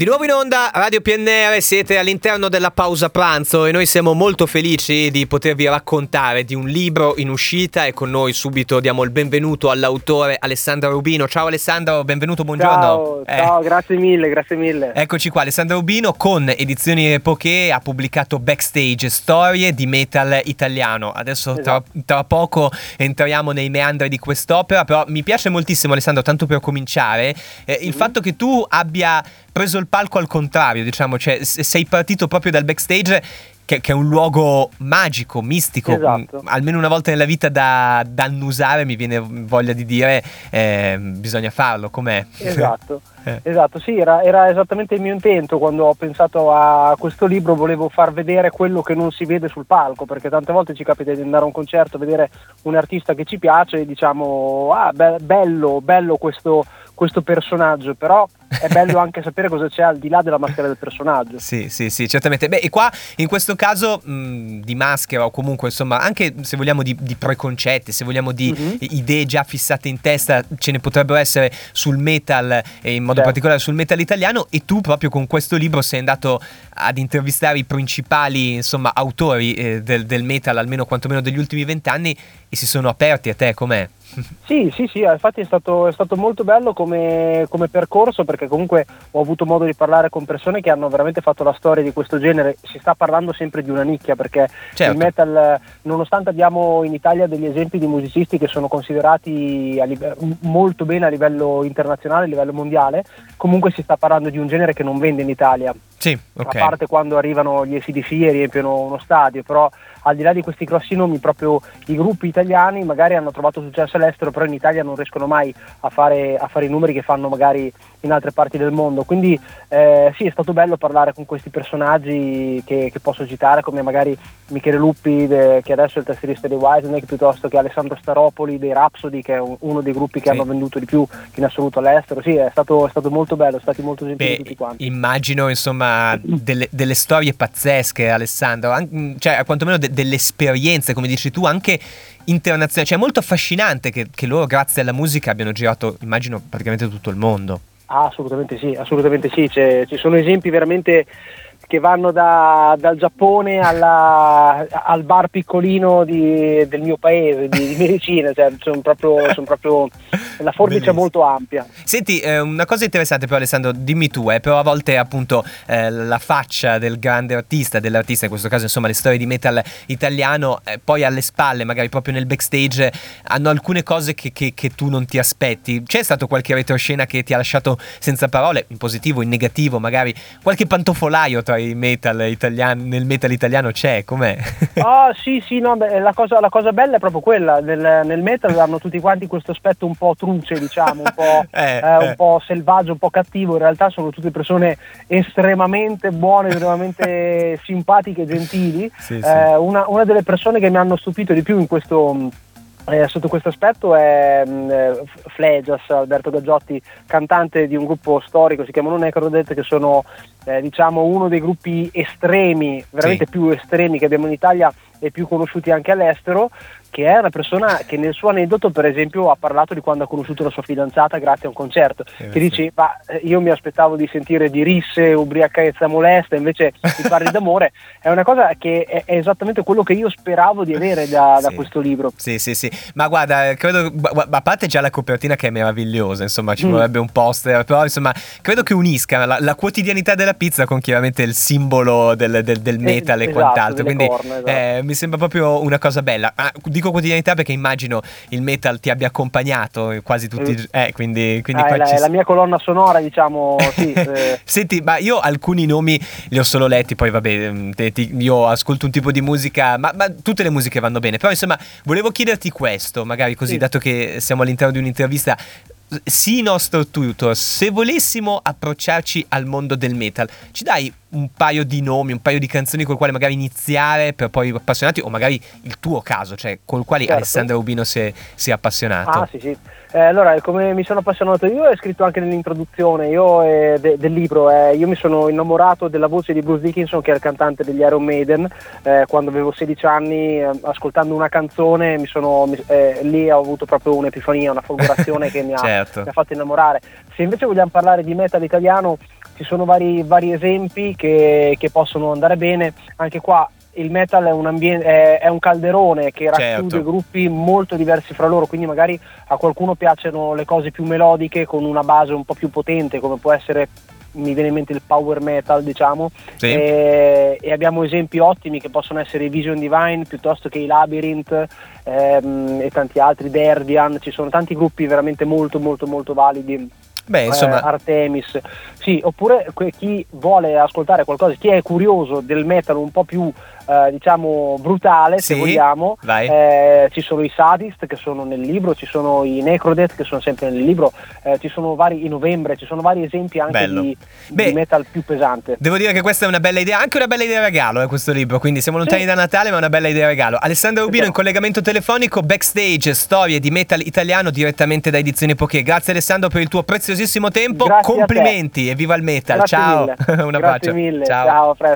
Di nuovo in onda, Radio PNR, siete all'interno della pausa pranzo e noi siamo molto felici di potervi raccontare di un libro in uscita e con noi subito diamo il benvenuto all'autore Alessandro Rubino. Ciao Alessandro, benvenuto, buongiorno. Ciao, grazie mille. Eccoci qua, Alessandro Rubino con Edizioni Poké ha pubblicato Backstage, storie di metal italiano. Adesso tra poco entriamo nei meandri di quest'opera, però mi piace moltissimo, Alessandro, tanto per cominciare, il fatto che tu abbia preso il palco al contrario, diciamo, cioè sei partito proprio dal backstage che è un luogo magico, mistico, esatto. Almeno una volta nella vita da annusare, mi viene voglia di dire, bisogna farlo, com'è? Esatto, sì, era esattamente il mio intento quando ho pensato a questo libro. Volevo far vedere quello che non si vede sul palco, perché tante volte ci capita di andare a un concerto, vedere un artista che ci piace e diciamo bello questo personaggio, però è bello anche sapere cosa c'è al di là della maschera del personaggio. Sì, certamente. Beh, e qua in questo caso di maschera, o comunque insomma anche se vogliamo di preconcetti, se vogliamo di idee già fissate in testa, ce ne potrebbero essere sul metal e in modo particolare sul metal italiano, e tu proprio con questo libro sei andato ad intervistare i principali insomma autori del metal, almeno quantomeno degli ultimi 20 anni, e si sono aperti a te. Com'è? Sì, infatti è stato molto bello come percorso, perché comunque ho avuto modo di parlare con persone che hanno veramente fatto la storia di questo genere. Si sta parlando sempre di una nicchia, perché il metal, nonostante abbiamo in Italia degli esempi di musicisti che sono considerati molto bene a livello internazionale, a livello mondiale, comunque si sta parlando di un genere che non vende in Italia. Sì, okay. A parte quando arrivano gli AC/DC e riempiono uno stadio, però al di là di questi grossi nomi, proprio i gruppi italiani magari hanno trovato successo all'estero, però in Italia non riescono mai a fare i numeri che fanno magari in altre parti del mondo. Quindi sì, è stato bello parlare con questi personaggi che posso citare, come magari Michele Luppi, che adesso è il tastierista dei Whitesnake, piuttosto che Alessandro Staropoli dei Rhapsody, che è uno dei gruppi che hanno venduto di più in assoluto all'estero. Sì, è stato molto bello, sono stati molto gentili tutti quanti. Immagino insomma delle storie pazzesche, Alessandro, cioè quantomeno delle esperienze, come dici tu, anche internazionali. Cioè è molto affascinante che loro, grazie alla musica, abbiano girato, immagino, praticamente tutto il mondo. Assolutamente sì. Ci sono esempi veramente che vanno dal Giappone al bar piccolino del mio paese, di medicina, cioè sono proprio la forbice è molto ampia. Senti, una cosa interessante però, Alessandro, dimmi tu, però a volte appunto la faccia del grande artista, dell'artista, in questo caso insomma le storie di metal italiano, poi alle spalle, magari proprio nel backstage, hanno alcune cose che tu non ti aspetti. C'è stato qualche retroscena che ti ha lasciato senza parole, in positivo, in negativo, magari qualche pantofolaio tra i metal italiani, nel metal italiano c'è, com'è? Sì, no, la cosa bella è proprio quella, nel metal hanno tutti quanti questo aspetto un po' truce, diciamo, un po' selvaggio, un po' cattivo. In realtà sono tutte persone estremamente buone, estremamente simpatiche e gentili. Sì. Una delle persone che mi hanno stupito di più in questo sotto questo aspetto è Flegias, Alberto Gaggiotti, cantante di un gruppo storico, si chiamano Necrodeath, che sono diciamo uno dei gruppi estremi, veramente più estremi che abbiamo in Italia e più conosciuti anche all'estero, che è una persona che nel suo aneddoto per esempio ha parlato di quando ha conosciuto la sua fidanzata grazie a un concerto, che dice io mi aspettavo di sentire di risse, ubriachezza molesta, invece mi parli d'amore. È una cosa che è esattamente quello che io speravo di avere da questo libro. Sì, ma guarda, credo, a parte già la copertina che è meravigliosa, insomma ci vorrebbe un poster, però insomma credo che unisca la quotidianità della pizza con chiaramente il simbolo del metal e quant'altro, quindi corna, mi sembra proprio una cosa bella. Dico quotidianità perché immagino il metal ti abbia accompagnato quasi tutti quindi è la mia colonna sonora, diciamo. Sì. Senti, ma io alcuni nomi li ho solo letti, poi vabbè, io ascolto un tipo di musica, ma tutte le musiche vanno bene, però insomma volevo chiederti questo, magari così, dato che siamo all'interno di un'intervista. Sì, nostro tutor, se volessimo approcciarci al mondo del metal, ci dai un paio di nomi, un paio di canzoni con le quali magari iniziare per poi appassionati, o magari il tuo caso, cioè col quale Alessandro Rubino si è appassionato? Sì. Allora, come mi sono appassionato io, è scritto anche nell'introduzione del libro, io mi sono innamorato della voce di Bruce Dickinson, che è il cantante degli Iron Maiden, quando avevo 16 anni, ascoltando una canzone lì ho avuto proprio un'epifania, una folgorazione che mi ha fatto innamorare. Se invece vogliamo parlare di metal italiano, ci ci sono vari esempi che possono andare bene. Anche qua il metal è un calderone che racchiude gruppi molto diversi fra loro, quindi magari a qualcuno piacciono le cose più melodiche con una base un po' più potente, come può essere, mi viene in mente il power metal, diciamo, sì. E abbiamo esempi ottimi che possono essere i Vision Divine piuttosto che i Labyrinth e tanti altri, Dervian. Ci sono tanti gruppi veramente molto molto molto validi. Beh, insomma, Artemis, sì. Oppure chi vuole ascoltare qualcosa, chi è curioso del metal un po' più diciamo brutale, se vogliamo, ci sono i Sadist che sono nel libro, ci sono i Necrodeath che sono sempre nel libro, ci sono vari, i Novembre, ci sono vari esempi anche di metal più pesante. Devo dire che questa è una bella idea, anche una bella idea regalo questo libro, quindi siamo lontani da Natale, ma una bella idea regalo. Alessandro Rubino in collegamento telefonico, backstage, storie di metal italiano direttamente da Edizioni Poké. Grazie Alessandro per il tuo preziosissimo tempo, complimenti e viva il metal. Grazie ciao. Mille. Un abbraccio. Grazie mille, ciao, ciao, a presto.